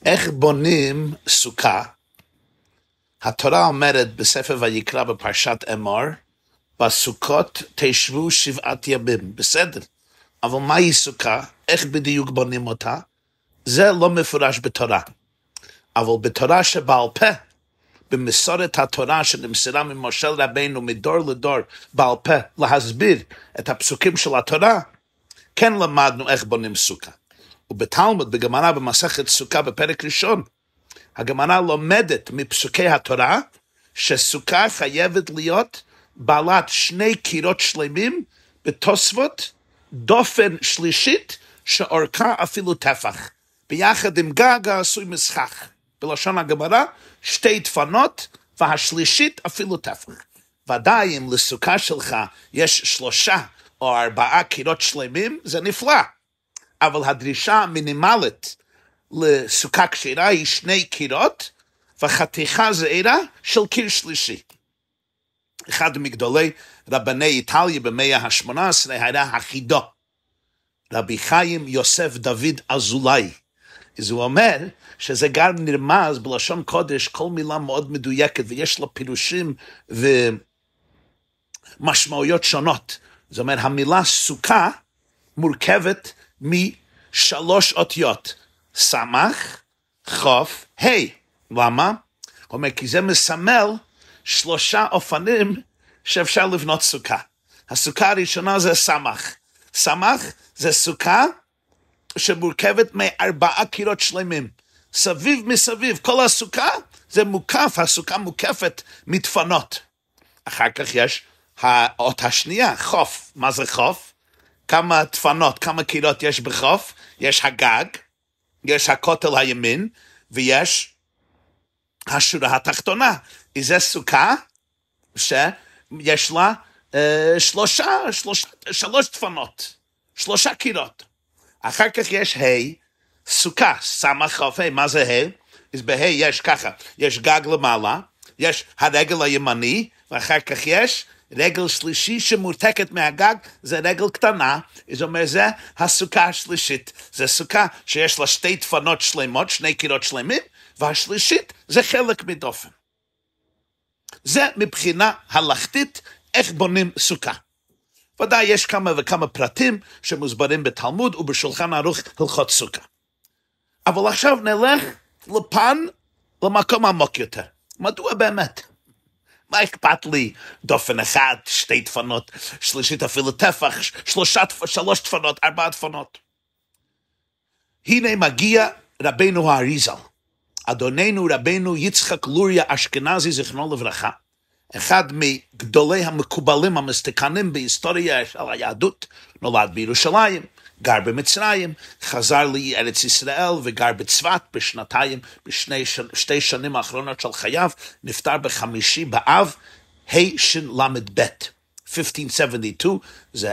איך בונים סוכה? התורה אומרת בספר ויקרא בפרשת אמור, בסוכות תשבו 7 ימים, בסדר. אבל מהי סוכה? איך בדיוק בונים אותה? זה לא מפורש בתורה. אבל בתורה שבעל פה, במסורת התורה שנמסרה ממשה רבינו מדור לדור בעל פה, להסביר את הפסוקים של התורה, כן למדנו איך בונים סוכה. ובתלמוד, בגמרא במסכת סוכה בפרק ראשון, הגמרא לומדת מפסוקי התורה, שסוכה חייבת להיות בעלת 2 קירות שלמים, בתוספות דופן שלישית, שאורכה אפילו טפח, ביחד עם גג העשוי מסכך. בלשון הגמרא, 2 דפנות, והשלישית אפילו טפח. ודאי אם לסוכה שלך יש 3 או 4 קירות שלמים, זה נפלא. אבל הדרישה המינימלית לסוכה כשרה היא 2 קירות, וחתיכה זעירה של קיר שלישי. אחד מגדולי רבני איטליה במאה ה-18 היה החידו, רבי חיים יוסף דוד אזולאי. אז הוא אומר שזה גם נרמז בלשון קודש, כל מילה מאוד מדויקת, ויש לה פירושים ומשמעויות שונות. זאת אומרת, המילה סוכה מורכבת מ3 אותיות, סמך, חוף, ה'. למה? הוא אומר, כי זה מסמל 3 אופנים שאפשר לבנות סוכה. הסוכה הראשונה זה סמך. סמך זה סוכה שמורכבת מ4 קירות שלמים. סביב מסביב, כל הסוכה זה מוקף, הסוכה מוקפת מדפנות. אחר כך יש האות השנייה, חוף. מה זה חוף? כמה דפנות, כמה קירות יש בחוף? יש הגג, יש הכותל הימין, ויש השורה התחתונה. זה סוכה שיש לה 3 דפנות, 3 קירות. אחר כך יש סוכה, סמך חוף, מה זה אז יש ככה, יש גג למעלה, יש הרגל הימני, ואחר כך יש רגל שלישי שמורתקת מהגג, זה רגל קטנה, זאת אומרת, זה הסוכה השלישית. זה סוכה שיש לה 2 דפנות שלמות, 2 קירות שלמים, והשלישית זה חלק מדופן. זה מבחינה הלכתית, איך בונים סוכה. ודאי יש כמה וכמה פרטים שמוסברים בתלמוד ובשולחן ערוך הלכות סוכה. אבל עכשיו נלך למקום עמוק יותר. מדוע באמת? מה אכפת לי? דופן 1, 2 דפנות, שלישית אפילו טפח, 3 דפנות, 4 דפנות. הנה מגיע רבנו האריזל, אדוננו רבנו יצחק לוריה אשכנזי זכרונו לברכה, אחד מגדולי המקובלים המסתכנים בהיסטוריה של היהדות, נולד בירושלים, גר במצרים, חזר לארץ ישראל וגר בצפת בשתי שנים האחרונות של חייו, נפטר ב5 באב, השל"ב, 1572, זה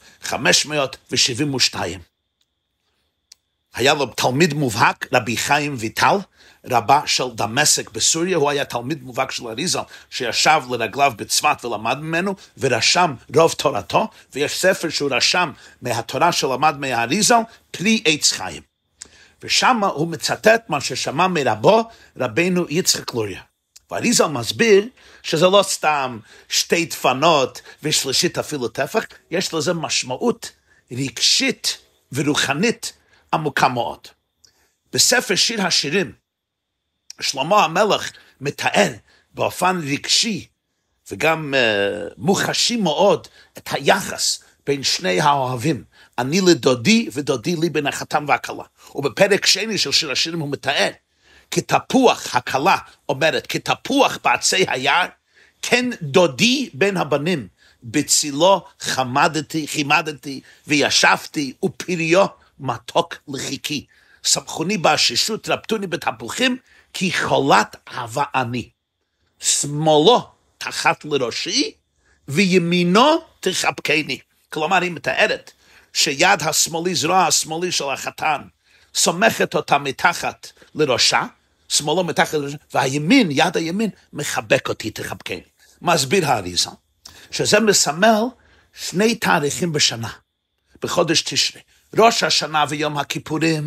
1572. היה לו תלמיד מובהק, רבי חיים ויטל, רבה של דמשק בסוריה, הוא היה תלמיד מובהק של אריזל, שישב לרגליו בצפת ולמד ממנו, ורשם רוב תורתו, ויש ספר שהוא רשם מהתורה שלמד מהאריזל, פרי עץ חיים. ושם הוא מצטט מה ששמע מרבו, רבנו יצחק לוריה. ואריזל מסביר שזה לא סתם 2 דפנות ושלישית אפילו טפח, יש לזה משמעות רגשית ורוחנית עמוקה מאוד. בספר שיר השירים, שלמה המלך מתאר באופן רגשי וגם מוחשי מאוד את היחס בין שני האוהבים, אני לדודי ודודי לי בין החתן והכלה. ובפרק שני של שיר השירים הוא מתאר, כתפוח, הכלה אומרת, כתפוח בעצי היער, כן דודי בין הבנים, בצילו חימדתי וישבתי, ופריו מתוק לחיקי. סמכוני בעשישות, רבטוני בתפוחים, כי חולת אהבה אני. שמאלו תחת לראשי, וימינו תחבקני. כלומר, היא מתארת שיד השמאלי, זרוע השמאלי של החתן, סומכת אותה מתחת לראשה, שמאלו מתחת לראשה, והימין, יד הימין, מחבק אותי, תחבקני. מסביר האריזל, שזה מסמל 2 תאריכים בשנה, בחודש תשרי. ראש השנה ויום הכיפורים,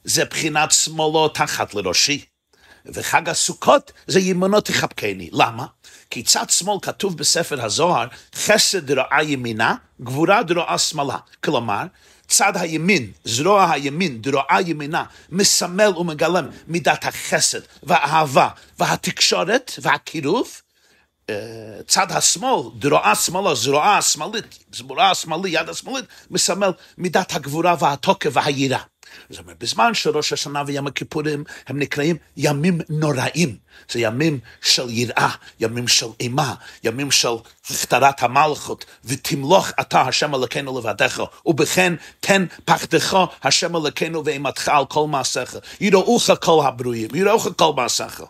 זה בחינת שמאלו תחת לראשי. וחג הסוכות זה ימינו תחבקני. למה? כי צד שמאל כתוב בספר הזוהר, חסד דרועה ימינה, גבורה דרועה שמאלה. כלומר, צד הימין, זרוע הימין, דרועה ימינה, מסמל ומגלם מידת החסד והאהבה והתקשורת והקירוב. צד השמאל, דרועה שמאלה, זרוע השמאלית, זרוע השמאלית, יד השמאלית, מסמל מידת הגבורה והתוקף והיראה. זאת אומרת, בזמן שראש השנה ויום הכיפורים הם נקראים ימים נוראים. זה ימים של יראה, ימים של אימה, ימים של הכתרת המלכות, ותמלוך אתה השם אלוקינו לבדך, ובכן תן פחדך השם אלוקינו ואימתך על כל מעשיך. יראוך כל הברואים, יראוך כל מעשיך.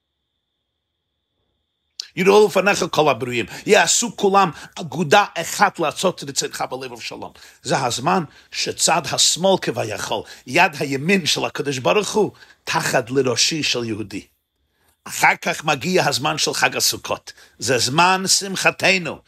יראו לפניך כל הברואים, יעשו כולם אגודה אחת לעשות רצונך בלב ובשלום. זה הזמן שצד השמאל כביכול, יד הימין של הקדוש ברוך הוא, תחת לראשי של יהודי. אחר כך מגיע הזמן של חג הסוכות. זה זמן שמחתנו.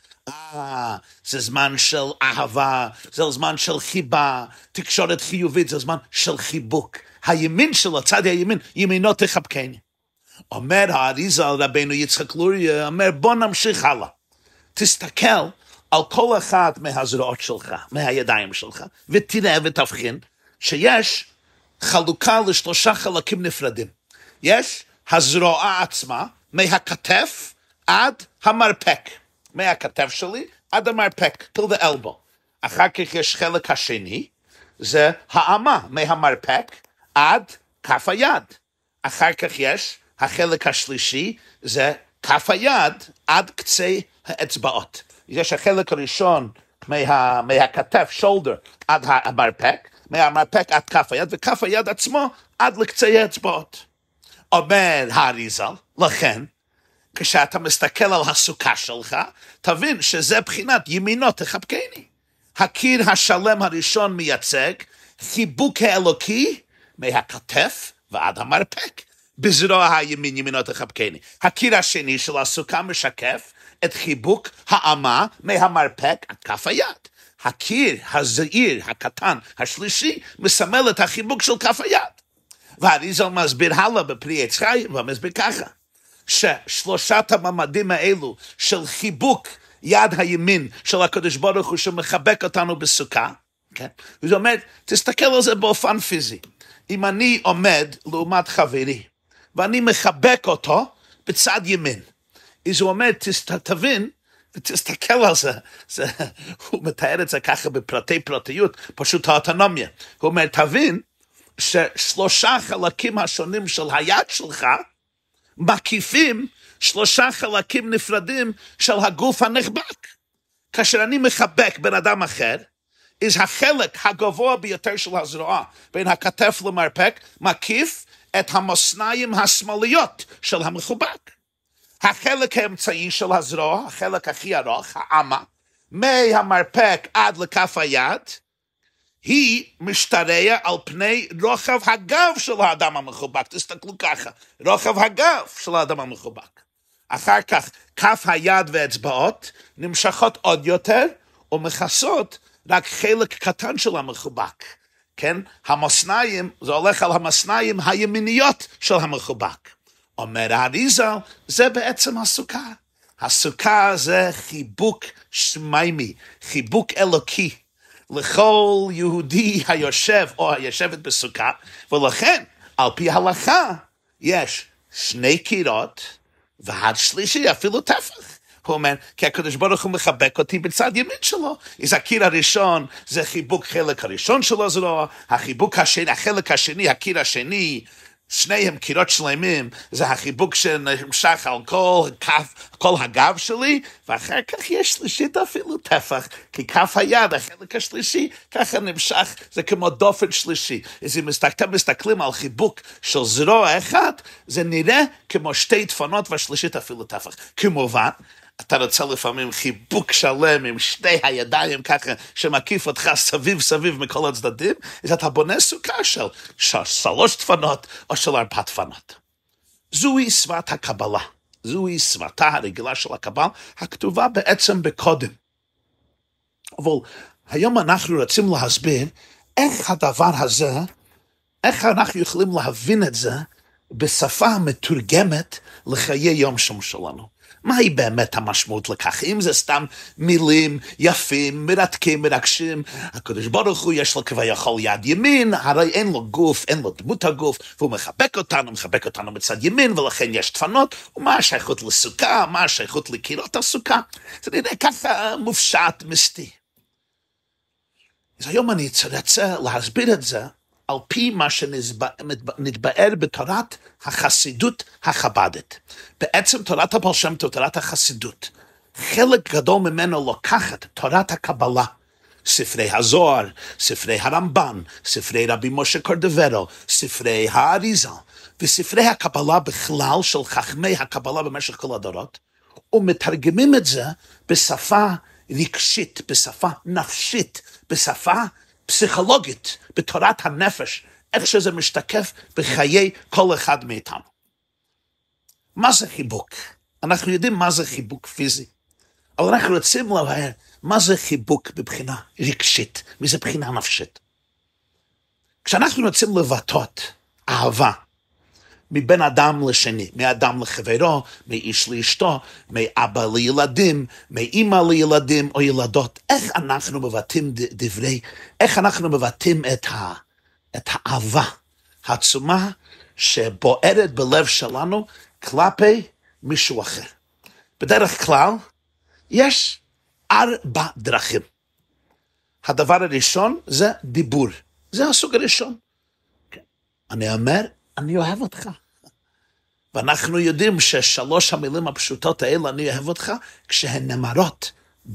זה זמן של אהבה, זה זמן של חיבה, תקשורת חיובית, זה זמן של חיבוק. הימין שלו, צד הימין, ימינו תחבקני. אומר האריזה על רבינו יצחק לוריה, אומר בוא נמשיך הלאה. תסתכל על כל אחת מהזרועות שלך, מהידיים שלך, ותראה ותבחין שיש חלוקה לשלושה חלקים נפרדים. יש הזרוע עצמה, מהכתף עד המרפק. מהכתף שלי עד המרפק, till the elbow. אחר כך יש חלק השני, זה האמה, מהמרפק עד כף היד. אחר כך יש החלק השלישי, זה כף היד עד קצה האצבעות. יש החלק הראשון מהכתף, shoulder, עד המרפק, מהמרפק עד כף היד, וכף היד עצמו עד לקצה האצבעות. אומר האריזל, לכן, כשאתה מסתכל על הסוכה שלך, תבין שזה בחינת ימינו תחבקני. הקיר השלם הראשון מייצג חיבוק האלוקי מהכתף ועד המרפק. בזרוע הימין ימינו תחבקני. הקיר השני של הסוכה משקף את חיבוק האמה מהמרפק עד כף היד. הקיר הזעיר, הקטן, השלישי, מסמל את החיבוק של כף היד. והאריזל מסביר הלאה בפרי עץ חיים, ומסביר ככה, ששלושת הממדים האלו של חיבוק יד הימין של הקדוש ברוך הוא שמחבק אותנו בסוכה, כן? זאת אומרת, תסתכל על זה באופן פיזי. אם אני עומד לעומת חברי, ואני מחבק אותו בצד ימין, אז הוא אומר, תבין, ותסתכל על זה, הוא מתאר את זה ככה בפרטי פרטיות, פשוט האוטונומיה. הוא אומר, תבין, ששלושה חלקים השונים של היד שלך, מקיפים שלושה חלקים נפרדים של הגוף הנחבק. כאשר אני מחבק בן אדם אחר, אז החלק הגבוה ביותר של הזרוע, בין הכתף למרפק, מקיף את המאזניים השמאליות של המחובק. החלק האמצעי של הזרוע, החלק הכי ארוך, האמה, מהמרפק עד לכף היד, היא משתרע על פני רוחב הגב של האדם המחובק. תסתכלו ככה, רוחב הגב של האדם המחובק. אחר כך כף היד ואצבעות נמשכות עוד יותר ומכסות רק חלק קטן של המחובק. כן? המאזניים, זה הולך על המאזניים הימיניות של המחובק. אומר האריזל, זה בעצם הסוכה. הסוכה זה חיבוק שמיימי, חיבוק אלוקי. לכל יהודי היושב או היושבת בסוכה, ולכן, על פי הלכה, יש שני קירות, ועד שלישי אפילו טפח. הוא אומר, כי הקדוש ברוך הוא מחבק אותי בצד ימין שלו. אז הקיר הראשון זה חיבוק חלק הראשון של הזרוע, החיבוק השני, החלק השני, הקיר השני, שניהם קירות שלמים, זה החיבוק שנמשך על כל הגב שלי, ואחר כך יש שלישית אפילו טפח, כי כף היד, החלק השלישי, ככה נמשך, זה כמו דופן שלישי. אז אם מסתכלים על חיבוק של זרוע אחת, זה נראה כמו שתי דפנות והשלישית אפילו טפח. כמובן, אתה רוצה לפעמים חיבוק שלם עם שתי הידיים ככה שמקיף אותך סביב סביב מכל הצדדים, אז אתה בונה סוכה של 3 דפנות או של 4 דפנות. זוהי שפת הקבלה, זוהי שפתה הרגילה של הקבלה, הכתובה בעצם בקודם. אבל היום אנחנו רוצים להסביר איך הדבר הזה איך אנחנו יכולים להבין את זה בשפה מתורגמת לחיי יום שלנו? מהי באמת המשמעות לכך? אם זה סתם מילים יפים, מרתקים, מרגשים, הקדוש ברוך הוא יש לו כביכול יד ימין, הרי אין לו גוף, אין לו דמות הגוף, והוא מחבק אותנו מצד ימין, ולכן יש דפנות, ומה השייכות לסוכה, מה השייכות לקירות הסוכה? זה נראה ככה מופשט, מיסטי. אז היום אני רוצה להסביר את זה, על פי מה שנתבאר בתורת החסידות החב"דית. בעצם תורת הבעל שם טוב, תורת החסידות, חלק גדול ממנו לוקחת תורת הקבלה, ספרי הזוהר, ספרי הרמב"ן, ספרי רבי משה קורדוברו, ספרי האריזל, וספרי הקבלה בכלל של חכמי הקבלה במשך כל הדורות, ומתרגמים את זה בשפה רגשית, בשפה נפשית, בשפה פסיכולוגית, בתורת הנפש, איך שזה משתקף בחיי כל אחד מאיתנו. מה זה חיבוק? אנחנו יודעים מה זה חיבוק פיזי, אבל אנחנו רוצים להבהר מה זה חיבוק בבחינה רגשית, מזה בחינה נפשית. כשאנחנו רוצים לבטאות אהבה, מבן אדם לשני, מאדם לחברו, מאיש לאשתו, מאבא לילדים, מאמא לילדים או ילדות, איך אנחנו מבטאים איך אנחנו מבטאים את האהבה העצומה שבוערת בלב שלנו כלפי מישהו אחר. בדרך כלל יש 4 דרכים. הדבר הראשון זה דיבור, זה הסוג הראשון. אני אומר, אני אוהב אותך. ואנחנו יודעים ש3 המילים הפשוטות האלה, אני אוהב אותך, כשהן נאמרות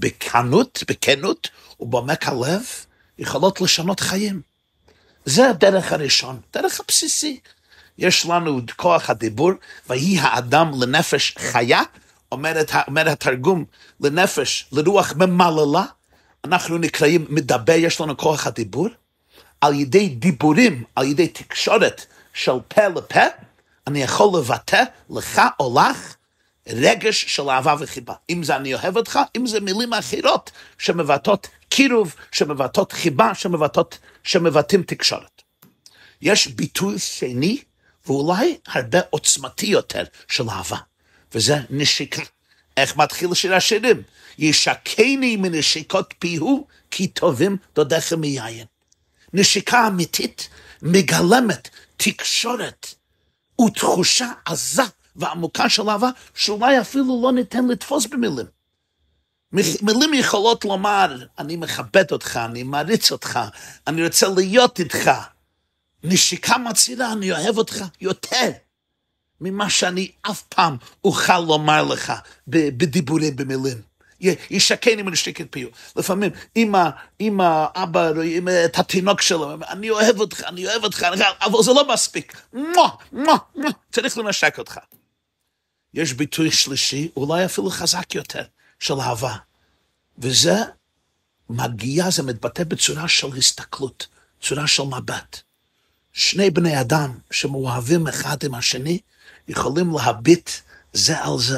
בכנות ובעומק הלב, יכולות לשנות חיים. זה הדרך הראשון, דרך הבסיסי. יש לנו כוח הדיבור, ויהי האדם לנפש חיה, אומר התרגום לנפש, לרוח ממללה, אנחנו נקראים מדבר, יש לנו כוח הדיבור, על ידי דיבורים, על ידי תקשורת של פה לפה, אני יכול לבטא לך או לך רגש של אהבה וחיבה. אם זה אני אוהב אותך, אם זה מילים אחרות שמבטאות קירוב, שמבטאות חיבה, שמבטאים תקשורת. יש ביטוי שני, ואולי הרבה עוצמתי יותר של אהבה, וזה נשיקה. איך מתחיל שיר השירים? ישקני מנשיקות פיהו, כי טובים דודיכם מיין. נשיקה אמיתית מגלמת תקשורת ותחושה עזה ועמוקה של אהבה, שאולי אפילו לא ניתן לתפוס במילים. מילים יכולות לומר, אני מכבד אותך, אני מעריץ אותך, אני רוצה להיות איתך. נשיקה מצהירה, אני אוהב אותך יותר ממה שאני אף פעם אוכל לומר לך בדיבורים, במילים. ישקני מנשיקת פיו. לפעמים, אמא, אבא, רואים את התינוק שלו, אני אוהב אותך, אבל זה לא מספיק. צריך לנשק אותך. יש ביטוי שלישי, אולי אפילו חזק יותר, של אהבה. וזה מגיע, זה מתבטא בצורה של הסתכלות, צורה של מבט. 2 בני אדם שמאוהבים אחד עם השני, יכולים להביט זה על זה,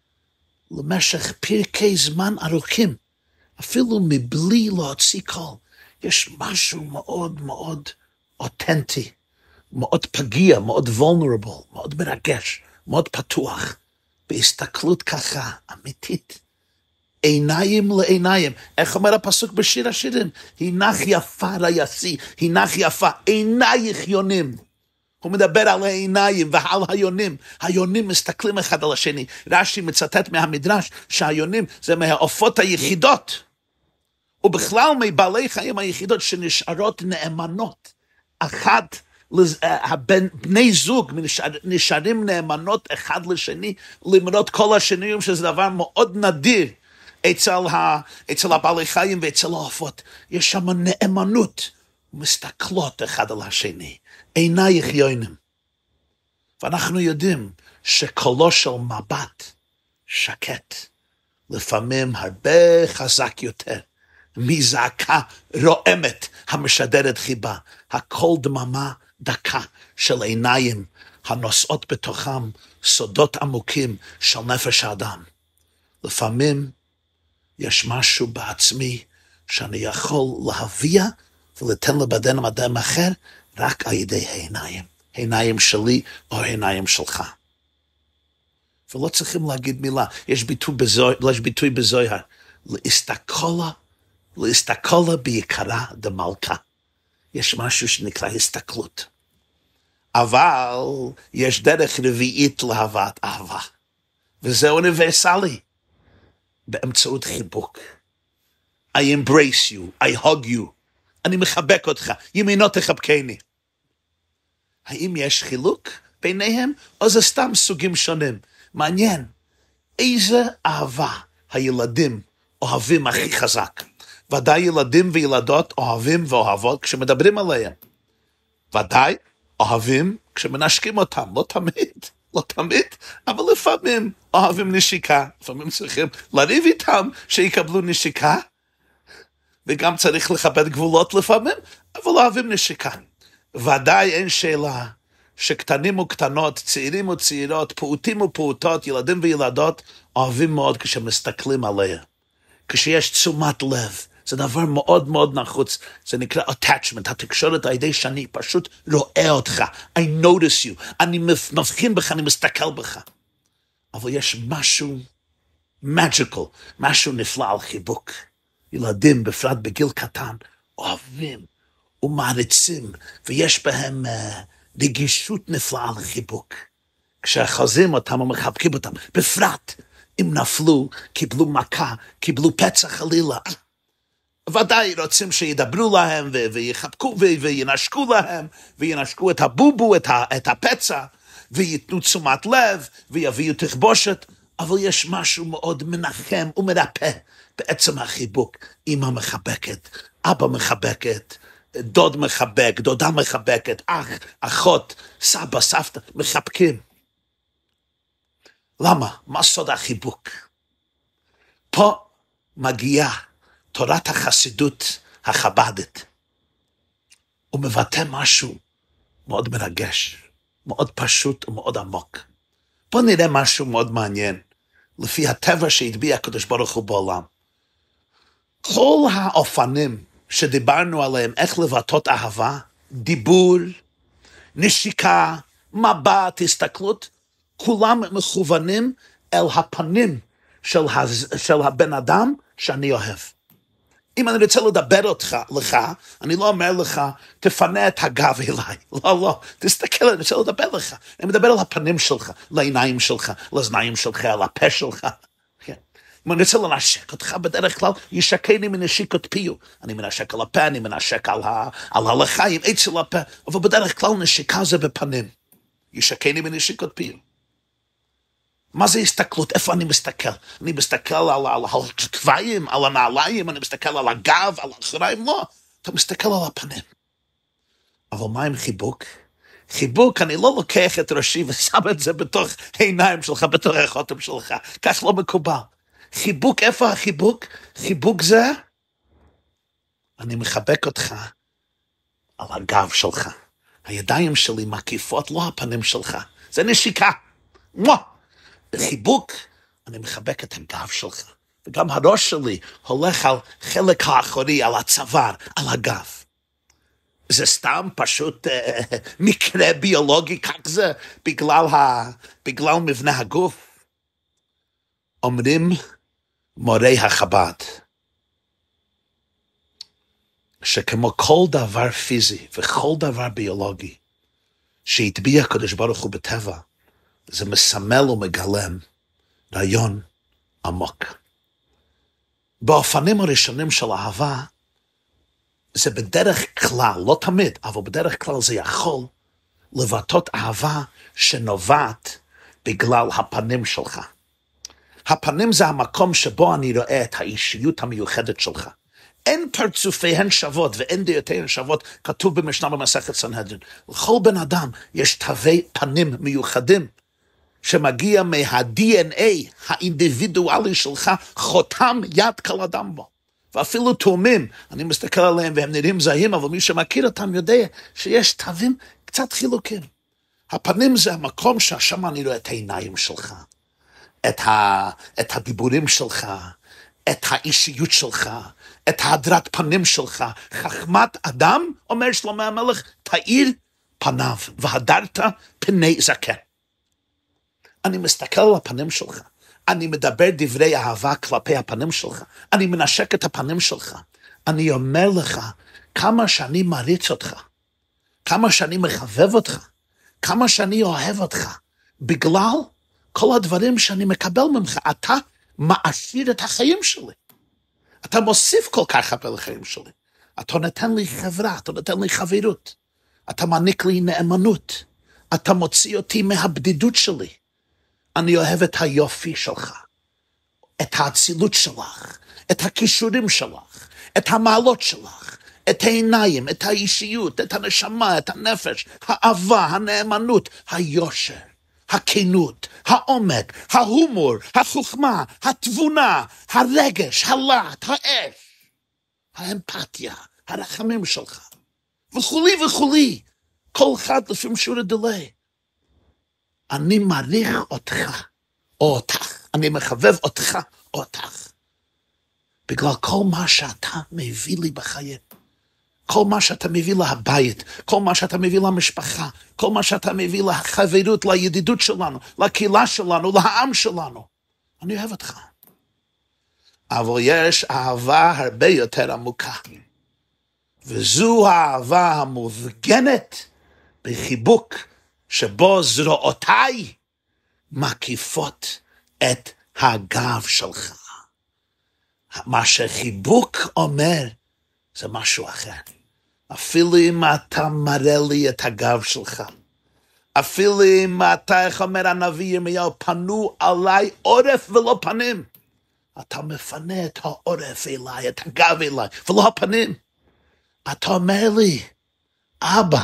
למשך פרקי זמן ארוכים, אפילו מבלי להוציא קול. יש משהו מאוד מאוד אותנטי, מאוד פגיע, מאוד vulnerable, מאוד מרגש, מאוד פתוח, בהסתכלות ככה אמיתית, עיניים לעיניים. איך אומר הפסוק בשיר השירים? הנך יפה רייסי, הנך יפה, עינייך יונים. הוא מדבר על העיניים ועל היונים. היונים מסתכלים אחד על השני. רש"י מצטט מהמדרש שהיונים זה מהעופות היחידות, ובכלל מבעלי חיים היחידות שנשארות נאמנות. בני זוג נשארים נאמנות אחד לשני, למרות כל השינויים, שזה דבר מאוד נדיר אצל הבעלי חיים ואצל העופות. יש שם נאמנות, מסתכלות אחד על השני. עינייך יונים. ואנחנו יודעים שקולו של מבט שקט, לפעמים הרבה חזק יותר, מזעקה רועמת המשדרת חיבה. הכל דממה דקה של עיניים הנושאות בתוכם סודות עמוקים של נפש האדם. לפעמים יש משהו בעצמי שאני יכול להביע ולתן לבדן אדם אחר רק על ידי העיניים. העיניים שלי או העיניים שלך. ולא צריכים להגיד מילה. יש ביטוי בזוהר. להסתכלה ביקרה דמלכה. יש משהו שנקרא הסתכלות. אבל יש דרך רביעית להבאת אהבה. וזה אוניברסלי. באמצעות חיבוק. I embrace you, I hug you. אני מחבק אותך, ימינו תחבקני. האם יש חילוק ביניהם, או זה סתם סוגים שונים? מעניין, איזה אהבה הילדים אוהבים הכי חזק? ודאי ילדים וילדות אוהבים ואוהבות כשמדברים עליהם. ודאי אוהבים כשמנשקים אותם, לא תמיד, אבל לפעמים אוהבים נשיקה, לפעמים צריכים לריב איתם שיקבלו נשיקה, וגם צריך לכבד גבולות לפעמים, אבל אוהבים נשיקה. ודאי אין שאלה שקטנים וקטנות, צעירים וצעירות, פעוטים ופעוטות, ילדים וילדות, אוהבים מאוד כשמסתכלים עליה. כשיש תשומת לב, זה דבר מאוד מאוד נחוץ, זה נקרא attachment, התקשורת על ידי שאני פשוט רואה אותך, I notice you, אני מבחין בך, אני מסתכל בך. אבל יש משהו magical, משהו נפלא על חיבוק. ילדים, בפרט בגיל קטן, אוהבים ומעריצים, ויש בהם רגישות נפלאה לחיבוק. כשחוזים אותם ומחבקים אותם, בפרט אם נפלו, קיבלו מכה, קיבלו פצע חלילה, ודאי רוצים שידברו להם ויחבקו וינשקו להם, וינשקו את הבובו, את הפצע, ויתנו תשומת לב, ויביאו תחבושת, אבל יש משהו מאוד מנחם ומרפא בעצם החיבוק. אמא מחבקת, אבא מחבקת, דוד מחבק, דודה מחבקת, אח, אחות, סבא, סבתא, מחבקים. למה? מה סוד החיבוק? פה מגיעה תורת החסידות החבדית. הוא מבטא משהו מאוד מרגש, מאוד פשוט ומאוד עמוק. בוא נראה משהו מאוד מעניין, לפי הטבע שהטביע הקדוש ברוך הוא בעולם. כל האופנים שדיברנו עליהם, איך לבטאות אהבה, דיבור, נשיקה, מבט, הסתכלות, כולם מכוונים אל הפנים של הבן אדם שאני אוהב. אם אני רוצה לדבר לך, אני לא אומר לך, תפנה את הגב אליי. לא, תסתכל, אני רוצה לדבר לך. אני מדבר על הפנים שלך, לעיניים שלך, לאוזניים שלך, על הפה שלך. אם אני רוצה לנשק אותך, בדרך כלל, ישקני מנשיקות פיו. אני מנשק על הפה, אני מנשק על הלחיים, אצל הפה, אבל בדרך כלל נשיקה זה בפנים. ישקני מנשיקות פיו. מה זה הסתכלות? איפה אני מסתכל? אני מסתכל על הכתפיים, על הנעליים, אני מסתכל על הגב, על האחוריים, לא. אתה מסתכל על הפנים. אבל מה עם חיבוק? חיבוק, אני לא לוקח את ראשי ושם את זה בתוך העיניים שלך, בתוך החותם שלך. כך לא מקובל. חיבוק, איפה החיבוק? חיבוק זה, אני מחבק אותך על הגב שלך. הידיים שלי מקיפות, לא הפנים שלך. זה נשיקה. בחיבוק, אני מחבק את הגב שלך. וגם הראש שלי הולך על חלק האחורי, על הצוואר, על הגב. זה סתם פשוט מקרה ביולוגי, כך זה, בגלל מבנה הגוף. אומרים מורי החב"ד, שכמו כל דבר פיזי וכל דבר ביולוגי, שהטביע הקדוש ברוך הוא בטבע, זה מסמל ומגלם רעיון עמוק. באופנים הראשונים של אהבה, זה בדרך כלל, לא תמיד, אבל בדרך כלל זה יכול לבטאות אהבה שנובעת בגלל הפנים שלך. הפנים זה המקום שבו אני רואה את האישיות המיוחדת שלך. אין פרצופיהן שוות ואין דעותיהן שוות, כתוב במשנה במסכת סנהדרין. לכל בן אדם יש תווי פנים מיוחדים, שמגיע מה-DNA האינדיבידואלי שלך, חותם יד כל אדם בו. ואפילו תאומים, אני מסתכל עליהם והם נראים זהים, אבל מי שמכיר אותם יודע שיש תווים קצת חילוקים. הפנים זה המקום ששם אני רואה את העיניים שלך, את הדיבורים שלך, את האישיות שלך, את ההדרת פנים שלך. חכמת אדם, אומר שלמה המלך, תאיר פניו, והדרת פני זקן. אני מסתכל על הפנים שלך, אני מדבר דברי אהבה כלפי הפנים שלך, אני מנשק את הפנים שלך, אני אומר לך כמה שאני מריץ אותך, כמה שאני מחבב אותך, כמה שאני אוהב אותך, בגלל כל הדברים שאני מקבל ממך. אתה מעשיר את החיים שלי, אתה מוסיף כל כך הרבה לחיים שלי, אתה נותן לי חברה, אתה נותן לי חברות, אתה מעניק לי נאמנות, אתה מוציא אותי מהבדידות שלי. אני אוהב את היופי שלך, את האצילות שלך, את הכישורים שלך, את המעלות שלך, את העיניים, את האישיות, את הנשמה, את הנפש, האהבה, הנאמנות, היושר, הכנות, העומק, ההומור, החוכמה, התבונה, הרגש, הלהט, האש, האמפתיה, הרחמים שלך, וכולי וכולי, כל אחד לפי שיעור דילי. אני מעריך אותך, או אותך, אני מחבב אותך, או אותך, בגלל כל מה שאתה מביא לי בחיים, כל מה שאתה מביא לבית, כל מה שאתה מביא למשפחה, כל מה שאתה מביא לחברות, לידידות שלנו, לקהילה שלנו, לעם שלנו. אני אוהב אותך. אבל יש אהבה הרבה יותר עמוקה, וזו האהבה המופגנת בחיבוק, שבו זרועותיי מקיפות את הגב שלך. מה שחיבוק אומר זה משהו אחר. אפילו אם אתה מראה לי את הגב שלך, אפילו אם אתה, איך אומר הנביא ירמיהו, פנו עליי עורף ולא פנים, אתה מפנה את העורף אליי, את הגב אליי, ולא הפנים. אתה אומר לי, אבא,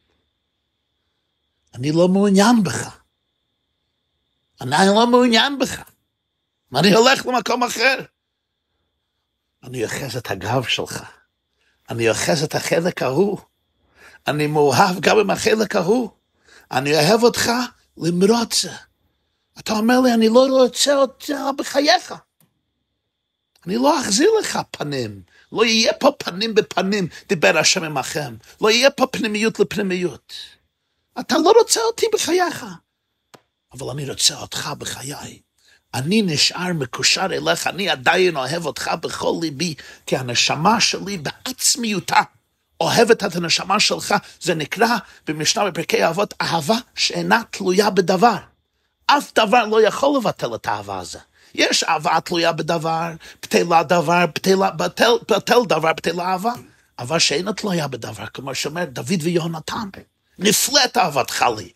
אני לא מעוניין בך. אני לא מעוניין בך. אני הולך למקום אחר. אני אוחז את הגב שלך. אני אוחז את החלק ההוא. אני מאוהב גם עם החלק ההוא. אני אוהב אותך למרות זה. אתה אומר לי, אני לא רוצה אותך בחייך. אני לא אחזיר לך פנים. לא יהיה פה פנים בפנים, דיבר השם עמכם. לא יהיה פה פנימיות לפנימיות. אתה לא רוצה אותי בחייך, אבל אני רוצה אותך בחיי. אני נשאר מקושר אליך, אני עדיין אוהב אותך בכל ליבי, כי הנשמה שלי בעצמיותה אוהבת את הנשמה שלך. זה נקרא במשנה בפרקי אבות, אהבה שאינה תלויה בדבר. אף דבר לא יכול לבטל את האהבה הזו. יש אהבה תלויה בדבר, בטלה דבר, בטל דבר, בטלה אהבה. אהבה שאינה תלויה בדבר, כמו שאומר דוד ויונתן. נפלאת אהבתך לי.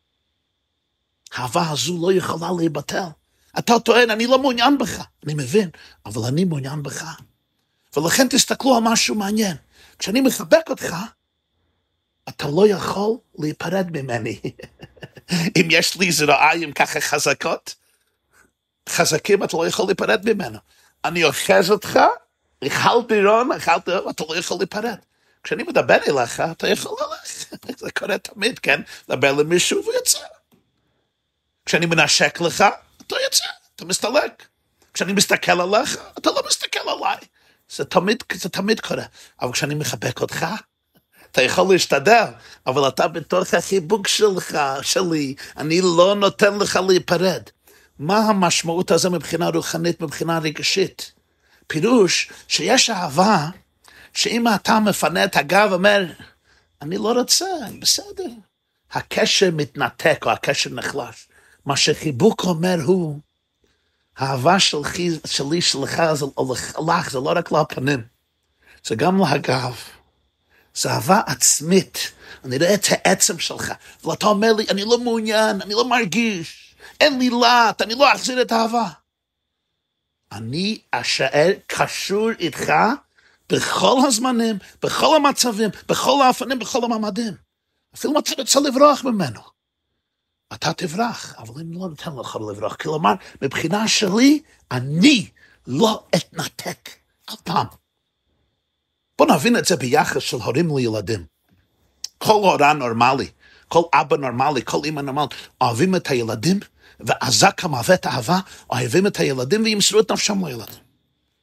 האהבה הזו לא יכולה להיבטל. אתה טוען, אני לא מעוניין בך. אני מבין, אבל אני מעוניין בך. ולכן תסתכלו על משהו מעניין. כשאני מחבק אותך, אתה לא יכול להיפרד ממני. אם יש לי זרועיים ככה חזקים, אתה לא יכול להיפרד ממנו. אני אוחז אותך, אכלתי רון, אתה לא יכול להיפרד. כשאני מדבר אליך, אתה יכול ללכת. זה קורה תמיד, כן? לדבר למישהו ויוצא. כשאני מנשק לך, אתה יוצא, אתה מסתלק. כשאני מסתכל עליך, אתה לא מסתכל עליי. זה תמיד קורה. אבל כשאני מחבק אותך, אתה יכול להשתדל, אבל אתה בתוך החיבוק שלי, אני לא נותן לך להיפרד. מה המשמעות הזה מבחינה רוחנית, מבחינה רגשית? פירוש שיש אהבה, שאם אתה מפנה את הגב ואומר, אני לא רוצה, בסדר. הקשר מתנתק או הקשר נחלש. מה שחיבוק אומר הוא, האהבה שלי שלך זה לך, זה לא רק לפנים, זה גם להגב. זה אהבה עצמית. אני רואה את העצם שלך, ואתה אומר לי, אני לא מעוניין, אני לא מרגיש, אין לי לת, אני לא אחזיר את האהבה. אני אשאר קשור איתך בכל הזמנים, בכל המצבים, בכל האופנים, בכל המעמדים. אפילו אם אתה רוצה לברוח ממנו, אתה תברח, אבל אני לא נותן לך לברוח. כלומר, מבחינה שלי, אני לא אתנתק אף פעם. בוא נבין את זה ביחס של הורים לילדים. כל הורה נורמלי, כל אבא נורמלי, כל אמא נורמלית, אוהבים את הילדים, ועזק המוות אהבה, אוהבים את הילדים וימסרו את נפשם לילדים.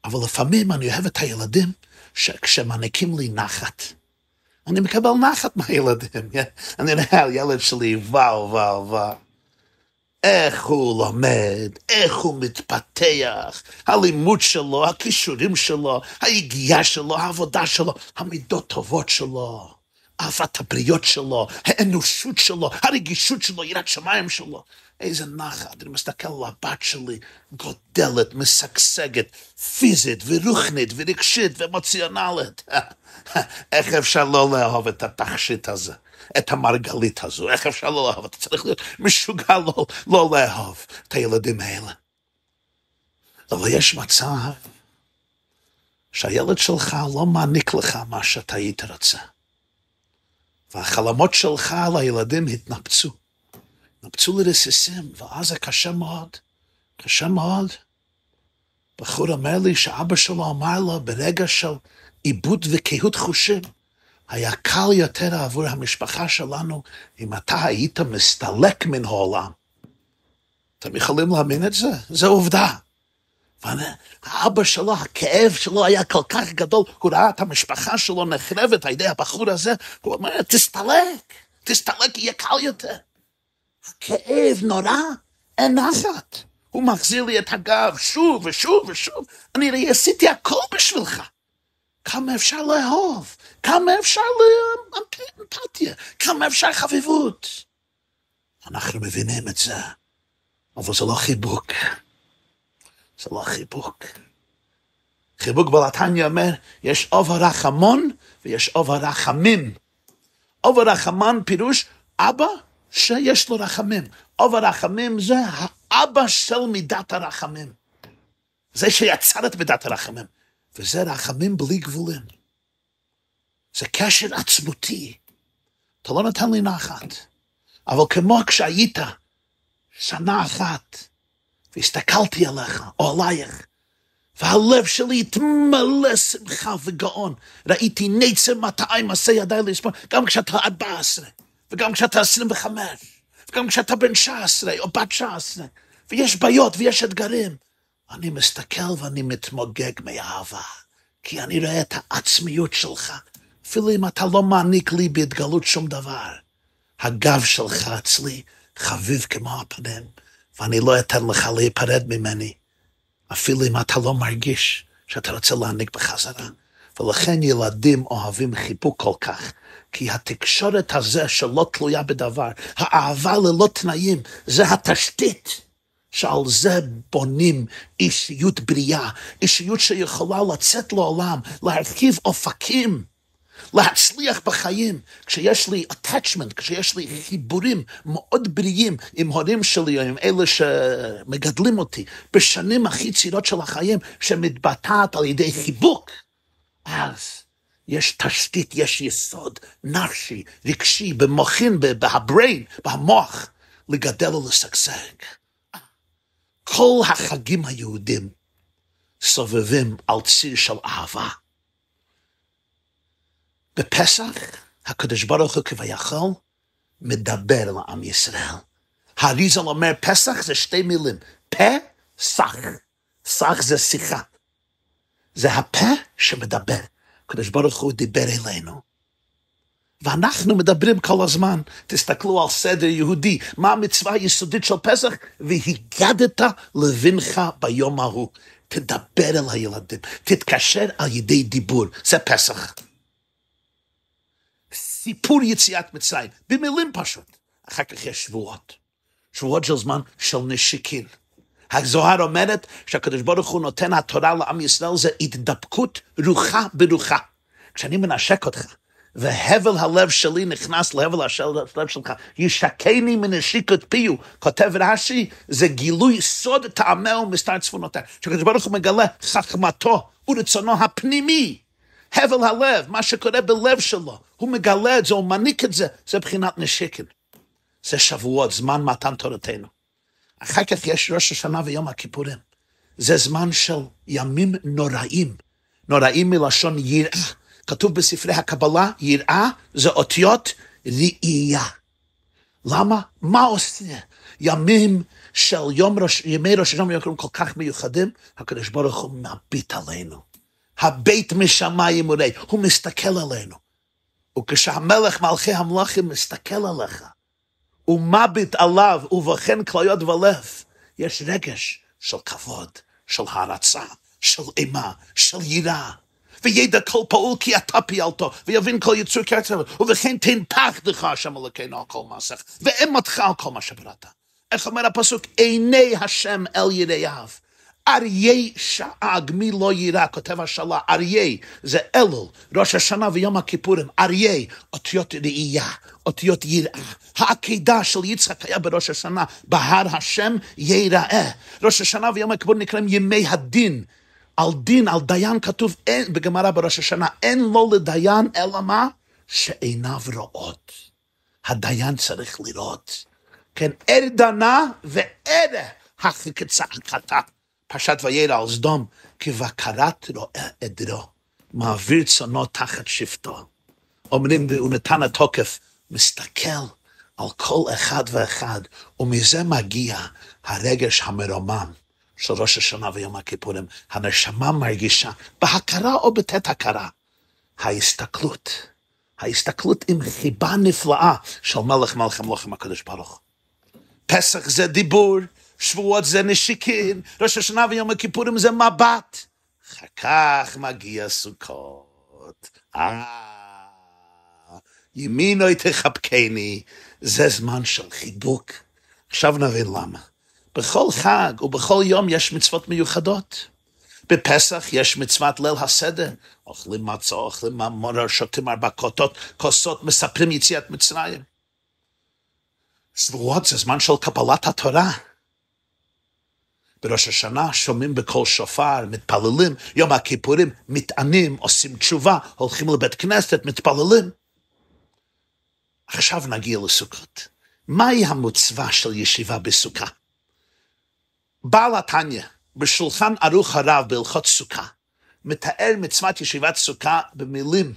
אבל לפעמים אני אוהב את הילדים שכשמעניקים לי נחת. אני מקבל נחת מהילדים. אני רואה על ילד שלי, וואו. איך הוא לומד, איך הוא מתפתח, הלימוד שלו, הכישורים שלו, היגיעה שלו, העבודה שלו, המידות טובות שלו, אהבת הבריות שלו, האנושות שלו, הרגישות שלו, יראת שמיים שלו. איזה נחת, אני מסתכל על הבת שלי, גודלת, משגשגת, פיזית ורוחנית ורגשית ואמוציונלית. איך אפשר לא לאהוב את התכשיט הזה, את המרגלית הזו? איך אפשר לא לאהוב? אתה צריך להיות משוגע לא לאהוב את הילדים האלה. אבל יש מצב שהילד שלך לא מעניק לך מה שאתה היית רוצה. והחלומות שלך על הילדים התנפצו לרסיסים, ואז זה קשה מאוד. בחור אומר לי שאבא שלו אמר לו ברגע של עיבוד וקהות חושים, היה קל יותר עבור המשפחה שלנו אם אתה היית מסתלק מן העולם. אתם יכולים להאמין את זה? זה עובדה. האבא שלו, הכאב שלו היה כל כך גדול, הוא ראה את המשפחה שלו נחרבת על ידי הבחור הזה, הוא אומר, תסתלק, יהיה קל יותר. הכאב נורא, אין נחת. הוא מחזיר לי את הגב שוב ושוב. אני עשיתי הכל בשבילך. כמה אפשר לאהוב, כמה אפשר לאמפתיה, כמה אפשר חביבות. אנחנו מבינים את זה, אבל זה לא חיבוק. חיבוק בלתניה אומר, יש אוב הרחמון ויש אוב הרחמים. אוב הרחמן פירוש אבא שיש לו רחמים. אוב הרחמים זה האבא של מידת הרחמים. זה שיצר את מידת הרחמים. וזה רחמים בלי גבולים. זה קשר עצמותי. אתה לא נתן לי נחת. אבל כמו כשהיית שנה אחת, והסתכלתי עליך, או עלייך, והלב שלי התמלא שמחה וגאון. ראיתי נצר 200 מעשה ידיי לספור, גם כשאתה 14, וגם כשאתה 25, וגם כשאתה בן 19, או בת 19, ויש בעיות ויש אתגרים. אני מסתכל ואני מתמוגג מאהבה, כי אני רואה את העצמיות שלך, אפילו אם אתה לא מעניק לי בהתגלות שום דבר. הגב שלך אצלי חביב כמו הפנים, ואני לא אתן לך להיפרד ממני, אפילו אם אתה לא מרגיש שאתה רוצה להעניק בחזרה. ולכן ילדים אוהבים חיבוק כל כך, כי התקשורת הזה שלא תלויה בדבר, האהבה ללא תנאים, זה התשתית. שעל זה בונים אישיות בריאה, אישיות שיכולה לצאת לעולם, להרחיב אופקים, להצליח בחיים. כשיש לי attachment, כשיש לי חיבורים מאוד בריאים עם הורים שלי, עם אלה שמגדלים אותי, בשנים הכי צעירות של החיים, שמתבטאת על ידי חיבוק, אז יש תשתית, יש יסוד נפשי, רגשי, במוחין, בהבריין, במוח, לגדל ולשגשג. כל החגים היהודים סובבים על ציר של אהבה. בפסח, הקדוש ברוך הוא כביכול מדבר לעם ישראל. האריזל אומר פסח זה שתי מילים, פסח. סח זה שיחה. זה הפה שמדבר. הקדוש ברוך הוא דיבר אלינו. ואנחנו מדברים כל הזמן. תסתכלו על סדר יהודי. מה המצווה היסודית של פסח? והגדת לבנך ביום ההוא. תדבר אל הילדים. תתקשר על ידי דיבור. זה פסח. סיפור יציאת מצרים. במילים פשוט. אחר כך יש שבועות. שבועות של זמן של נשיקין. הזוהר אומרת שהקדוש ברוך הוא נותן התורה לעם ישראל, זה התדבקות רוחה ברוחה. כשאני מנשק אותך, והבל הלב שלי נכנס להבל הלב שלך, ישקני מנשיקות פיו, כותב רש"י, זה גילוי סוד טעמי ומסתר צפונותיה. שהקדוש ברוך הוא מגלה חכמתו ורצונו הפנימי, הבל הלב, מה שקורה בלב שלו, הוא מגלה את זה, הוא מעניק את זה, זה בחינת נשיקין. זה שבועות, זמן מתן תורתנו. אחר כך יש ראש השנה ויום הכיפורים. זה זמן של ימים נוראים. נוראים מלשון יראה. כתוב בספרי הקבלה, יראה זה אותיות ראייה. למה? מה עושה? ימי ראש השנה ויום כל כך מיוחדים, הקדוש ברוך הוא מביט עלינו. הבית משמיים וראה, הוא מסתכל עלינו. וכשהמלך מלכי המלכים מסתכל עליך, הוא מביט עליו, ובכן כליות ולב, יש רגש של כבוד, של הערצה, של אימה, של יראה. וידע כל פעול כי אתה פיעלתו, ויבין כל יצור כרצו, ובכן תן פחדך השם אלוקינו על כל מעשיך, ואימתך על כל מה שבראת. איך אומר הפסוק? עיני השם אל יראיו. אריה שאג מי לא יראה, כותב השאלה, אריה זה אלול, ראש השנה ויום הכיפורים, אריה, אותיות ראייה, אותיות יראה. העקידה של יצחק היה בראש השנה, בהר השם יראה. ראש השנה ויום הכיפורים נקראים ימי הדין. על דין, על דיין כתוב אין, בגמרא בראש השנה, אין לו לדיין אלא מה? שעיניו רואות. הדיין צריך לראות. כן, ער דנה וער החקצה. פרשת וירא על סדום, כי בקרת רואה עדרו, מעביר צאנו תחת שבטו. אומרים, הוא נתן התוקף, מסתכל על כל אחד ואחד, ומזה מגיע הרגש המרומם של ראש השנה ויום הכיפורים. הנשמה מרגישה, בהכרה או בתת הכרה, ההסתכלות עם חיבה נפלאה של מלך מלכי המלכים הקדוש ברוך. פסח זה דיבור, שבועות זה נשיקין, ראש השנה ויום הכיפורים זה מבט. אחר כך מגיע סוכות. ימינו תחבקני, זה זמן של חיבוק. עכשיו נבין למה. בכל חג ובכל יום יש מצוות מיוחדות. בפסח יש מצוות ליל הסדר. אוכלים מצה, אוכלים ממון, שותים 4 כוסות, מספרים יציאת מצרים. שבועות זה זמן של קבלת התורה. בראש השנה שומעים בקול שופר, מתפללים, יום הכיפורים מתענים, עושים תשובה, הולכים לבית כנסת, מתפללים. עכשיו נגיע לסוכות. מהי המצווה של ישיבה בסוכה? בעל התניא, בשולחן ערוך הרב בהלכות סוכה, מתאר מצוות ישיבת סוכה במילים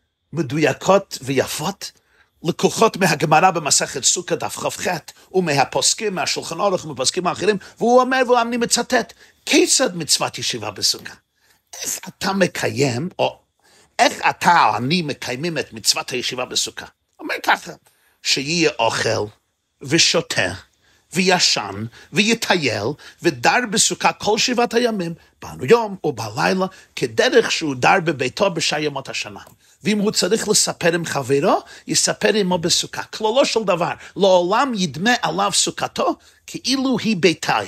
מדויקות ויפות, לקוחות מהגמרא במסכת סוכה דף כ"ח, ומהפוסקים, מהשולחן ערוך ומפוסקים האחרים, והוא אומר, ואני מצטט, כיצד מצוות ישיבה בסוכה? איך אתה מקיים, או איך אתה או אני מקיימים את מצוות הישיבה בסוכה? אומר ככה, שיהיה אוכל ושותה, וישן, ויטייל, ודר בסוכה כל 7 הימים, ביום ובלילה, כדרך שהוא דר בביתו בשאר ימות השנה. ואם הוא צריך לספר עם חברו, יספר עמו בסוכה. כללו של דבר, לעולם ידמה עליו סוכתו, כאילו היא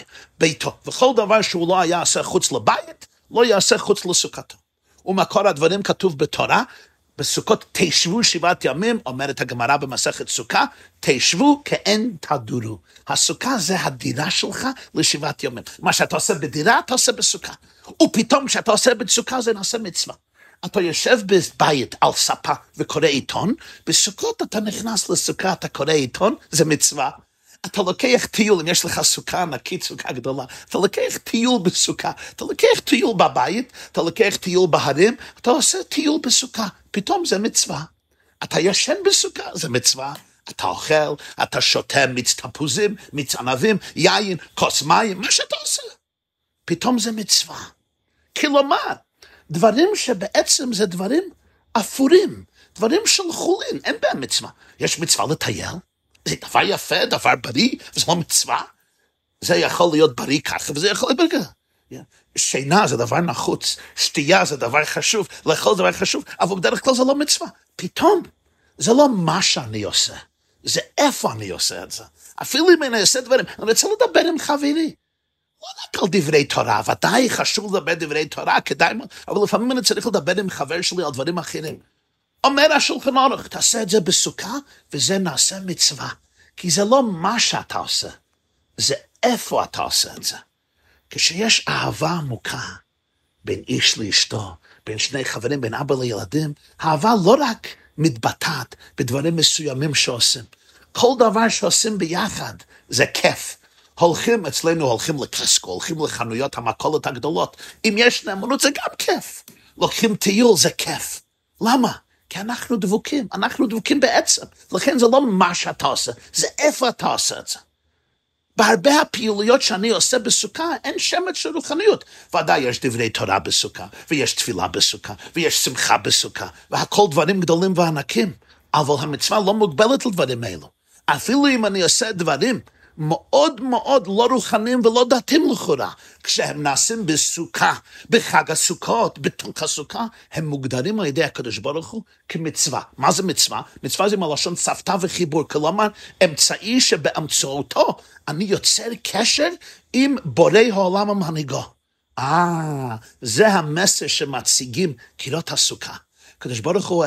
ביתו. וכל דבר שהוא לא יעשה חוץ לבית, לא יעשה חוץ לסוכתו. ומקור הדברים כתוב בתורה, בסוכות תשבו 7 ימים, אומרת הגמרא במסכת סוכה, תשבו כאין תדורו. הסוכה זה הדירה שלך ל7 ימים. מה שאתה עושה בדירה, אתה עושה בסוכה. ופתאום כשאתה עושה בסוכה, זה נעשה מצווה. אתה יושב בבית על ספה וקורא עיתון, בסוכות אתה נכנס לסוכה, אתה קורא עיתון, זה מצווה. אתה לוקח טיול, אם יש לך סוכה ענקית, סוכה גדולה, אתה לוקח טיול בסוכה, אתה לוקח טיול בבית, אתה לוקח טיול בהרים, אתה עושה טיול בסוכה, פתאום זה מצווה. אתה ישן בסוכה, זה מצווה. אתה אוכל, אתה שותה מיץ תפוזים, מיץ ענבים, יין, כוס מים, מה שאתה עושה. פתאום זה מצווה. כלומר, דברים שבעצם זה דברים אפורים, דברים של חולין, אין בהם מצווה. יש מצווה לטייל, זה דבר יפה, דבר בריא, וזה לא מצווה. זה יכול להיות בריא ככה, וזה יכול להיות בריא. שינה זה דבר נחוץ, שתייה זה דבר חשוב, לאכול זה דבר חשוב, אבל בדרך כלל זה לא מצווה. פתאום, זה לא מה שאני עושה, זה איפה אני עושה את זה. אפילו אם אני עושה דברים, אני רוצה לדבר עם חברי. לא רק על דברי תורה, ודאי חשוב לדבר דברי תורה, כדאי, אבל לפעמים אני צריך לדבר עם חבר שלי על דברים אחרים. אומר השולחן ערוך, תעשה את זה בסוכה, וזה נעשה מצווה. כי זה לא מה שאתה עושה, זה איפה אתה עושה את זה. כשיש אהבה עמוקה בין איש לאשתו, בין שני חברים, בין אבא לילדים, האהבה לא רק מתבטאת בדברים מסוימים שעושים. כל דבר שעושים ביחד זה כיף. הולכים לקסקו, הולכים לחנויות המכולות הגדולות. אם יש נאמנות זה גם כיף. לוקחים טיול זה כיף. למה? כי אנחנו דבוקים בעצם. לכן זה לא מה שאתה עושה, זה איפה אתה עושה את זה. בהרבה הפעילויות שאני עושה בסוכה, אין שמץ של רוחניות. ודאי יש דברי תורה בסוכה, ויש תפילה בסוכה, ויש שמחה בסוכה, והכל דברים גדולים וענקים. אבל המצווה לא מוגבלת לדברים האלו. אפילו אם אני עושה דברים מאוד מאוד לא רוחניים ולא דתיים לכאורה, כשהם נעשים בסוכה, בחג הסוכות, בתוך הסוכה, הם מוגדרים על ידי הקדוש ברוך הוא כמצווה. מה זה מצווה? מצווה זה מלשון צוותא וחיבור, כלומר אמצעי שבאמצעותו אני יוצר קשר עם בורא העולם ומנהיגו. זה המסר שמציגים קירות הסוכה. הקדוש ברוך הוא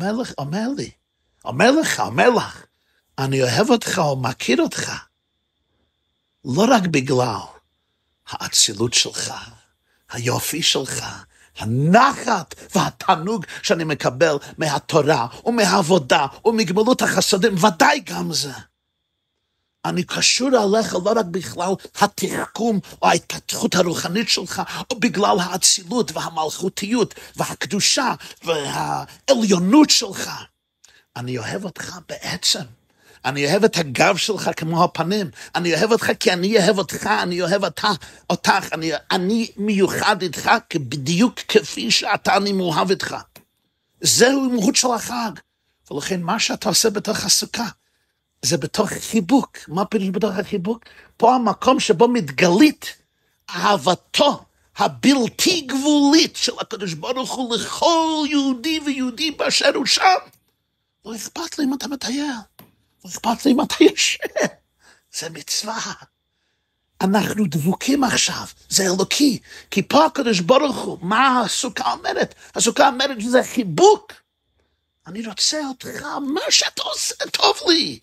אומר לך, אני אוהב אותך ומכיר אותך. לא רק בגלל האצילות שלך, היופי שלך, הנחת והתענוג שאני מקבל מהתורה ומהעבודה ומגמילות החסדים, ודאי גם זה. אני קשור עליך לא רק בכלל התחכום או ההתפתחות הרוחנית שלך, או בגלל האצילות והמלכותיות והקדושה והעליונות שלך. אני אוהב אותך בעצם. אני אוהב את הגב שלך כמו הפנים. אני אוהב אותך כי אני אוהב אותך, אני אוהב אותך. אני מיוחד איתך בדיוק כפי שאתה אני מאוהב איתך. זהו מהות של החג. ולכן מה שאתה עושה בתוך הסוכה, זה בתוך חיבוק. מה פירוש בתוך החיבוק? פה המקום שבו מתגלית אהבתו הבלתי גבולית של הקדוש ברוך הוא לכל יהודי ויהודי באשר הוא שם. לא אכפת לי אם אתה מטייל. לא אכפת לי אם אתה יושב. זה מצווה. אנחנו דבוקים עכשיו. זה אלוקי. כי פה הקדוש ברוך הוא, מה הסוכה אומרת? הסוכה אומרת שזה חיבוק. אני רוצה אותך, מה שאתה עושה טוב לי.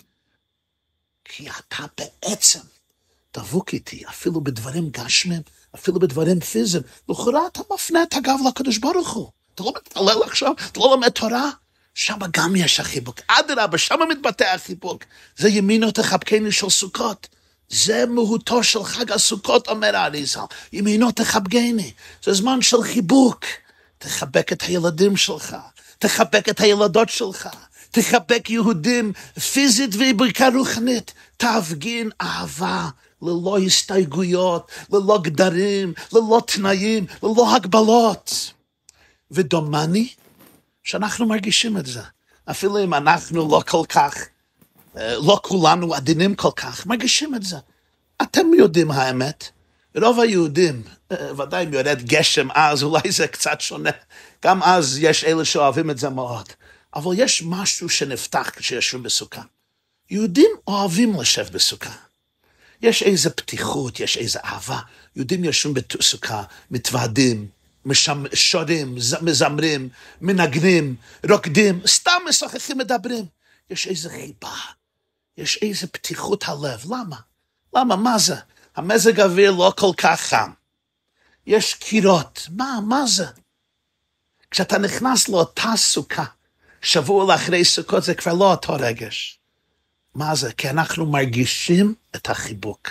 כי אתה בעצם דבוק איתי, אפילו בדברים גשמים, אפילו בדברים פיזיים. לכאורה אתה מפנה את הגב לקדוש ברוך הוא. אתה לא מתפלל עכשיו, אתה לא לומד תורה. שם גם יש החיבוק. אדרבה, שם מתבטא החיבוק. זה ימינו תחבקני של סוכות. זה מהותו של חג הסוכות, אומר האריז"ל. ימינו תחבקני. זה זמן של חיבוק. תחבק את הילדים שלך. תחבק את הילדות שלך. תחבק יהודים פיזית ובעיקר רוחנית. תפגין אהבה ללא הסתייגויות, ללא גדרים, ללא תנאים, ללא הגבלות. ודומני שאנחנו מרגישים את זה. אפילו אם אנחנו לא כל כך, לא כולנו עדינים כל כך, מרגישים את זה. אתם יודעים האמת. רוב היהודים, ודאי אם יורד גשם אז, אולי זה קצת שונה. גם אז יש אלה שאוהבים את זה מאוד. אבל יש משהו שנפתח כשיושבים בסוכה. יהודים אוהבים לשבת בסוכה. יש איזו פתיחות, יש איזו אהבה. יהודים יושבים בסוכה, מתוועדים, שורים, מזמרים, מנגנים, רוקדים, סתם משוחחים מדברים. יש איזו חיבה, יש איזו פתיחות הלב. למה? מה זה? המזג האוויר לא כל כך חם. יש קירות. מה זה? כשאתה נכנס לאותה סוכה, שבוע לאחרי סוכות זה כבר לא אותו רגש. מה זה? כי אנחנו מרגישים את החיבוק.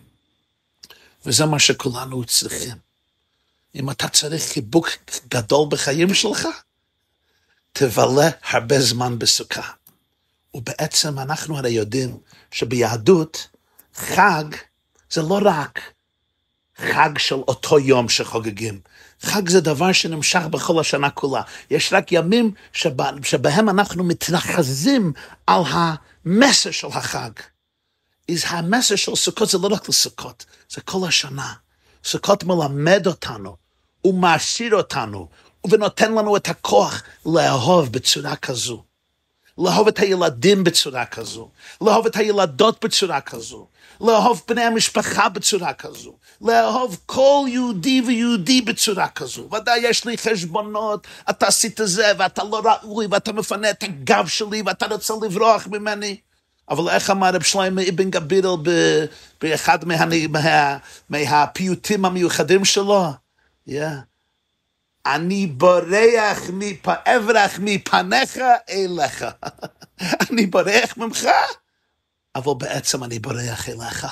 וזה מה שכולנו צריכים. אם אתה צריך חיבוק גדול בחיים שלך, תבלה הרבה זמן בסוכה. ובעצם אנחנו הרי יודעים שביהדות חג זה לא רק חג של אותו יום שחוגגים. חג זה דבר שנמשך בכל השנה כולה. יש רק ימים שבהם אנחנו מתנחזים על המסר של החג. המסר של סוכות זה לא רק לסוכות, זה כל השנה. סוכות מלמד אותנו, הוא מעשיר אותנו, ונותן לנו את הכוח לאהוב בצורה כזו. לאהוב את הילדים בצורה כזו, לאהוב את הילדות בצורה כזו, לאהוב בני המשפחה בצורה כזו, לאהוב כל יהודי ויהודי בצורה כזו. ודאי יש לי חשבונות, אתה עשית זה ואתה לא ראוי ואתה מפנה את הגב שלי ואתה רוצה לברוח ממני. אבל איך אמר רב שלמה אבן גבירל באחד מהפיוטים המיוחדים שלו? אני אברח מפניך אליך. אני בורח ממך, אבל בעצם אני בורח אליך.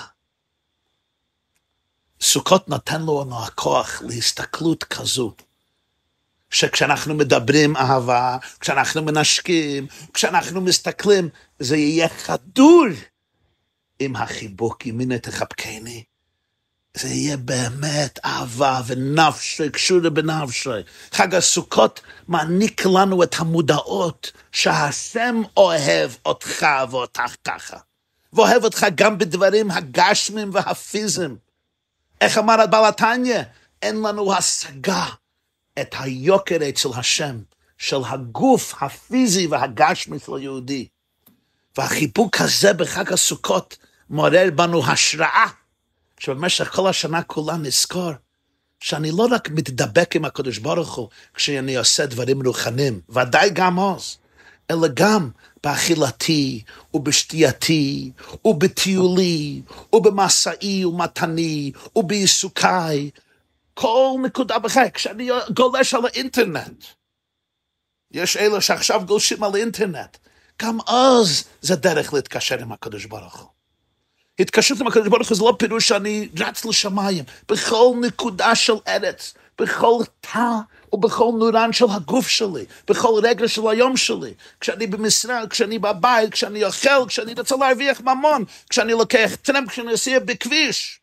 סוכות נותן לנו הכוח להסתכלות כזו, שכשאנחנו מדברים אהבה, כשאנחנו מנשקים, כשאנחנו מסתכלים, זה יהיה חדור עם החיבוק, ימיני תחבקני. זה יהיה באמת אהבה ונפשי, קשורה בנפשי. חג הסוכות מעניק לנו את המודעות שהשם אוהב אותך ואותך ככה. ואוהב אותך גם בדברים הגשמים והפיזיים. איך אמר הבעל התניא? אין לנו השגה את היוקר אצל השם, של הגוף הפיזי והגשמי של היהודי. והחיבוק הזה בחג הסוכות מעורר בנו השראה, שבמשך כל השנה כולה נזכור, שאני לא רק מתדבק עם הקדוש ברוך הוא, כשאני עושה דברים רוחניים, ודאי גם אז, אלא גם באכילתי, ובשתייתי, ובטיולי, ובמסעי ומתני, ובעיסוקי, כל נקודה בחיי, כשאני גולש על האינטרנט, יש אלה שעכשיו גולשים על האינטרנט, גם אז זה דרך להתקשר עם הקדוש ברוך הוא. התקשרות עם הקדוש ברוך הוא זה לא פירוש שאני רץ לשמיים, בכל נקודה של ארץ, בכל תא ובכל נורן של הגוף שלי, בכל רגע של היום שלי, כשאני במשרד, כשאני בבית, כשאני אוכל, כשאני רוצה להרוויח ממון, כשאני לוקח טרמפ, כשאני עושה בכביש.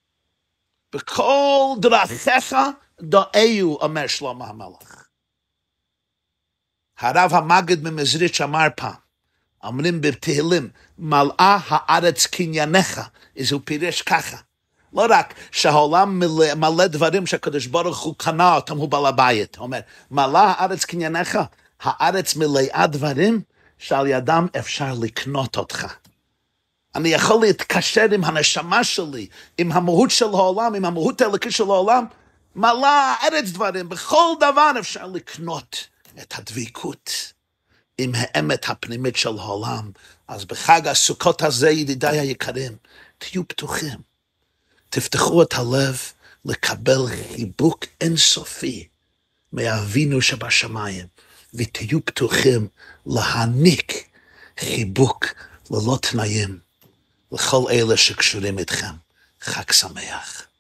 בכל דרכיך דאיו, אומר שלמה המלך. הרב המגיד ממזריץ' אמר פעם, אומרים בתהילים, מלאה הארץ קנייניך, אז הוא פירש ככה. לא רק שהעולם מלא דברים שהקדוש ברוך הוא קנה אותם, הוא בעל הבית. הוא אומר, מלאה הארץ קנייניך, הארץ מלאה דברים שעל ידם אפשר לקנות אותך. אני יכול להתקשר עם הנשמה שלי, עם המהות של העולם, עם המהות האלוקית של העולם, מלאה הארץ דברים, בכל דבר אפשר לקנות את הדביקות. עם האמת הפנימית של העולם. אז בחג הסוכות הזה, ידידיי היקרים, תהיו פתוחים. תפתחו את הלב לקבל חיבוק אינסופי מאבינו שבשמיים, ותהיו פתוחים להעניק חיבוק ללא תנאים לכל אלה שקשורים איתכם. חג שמח.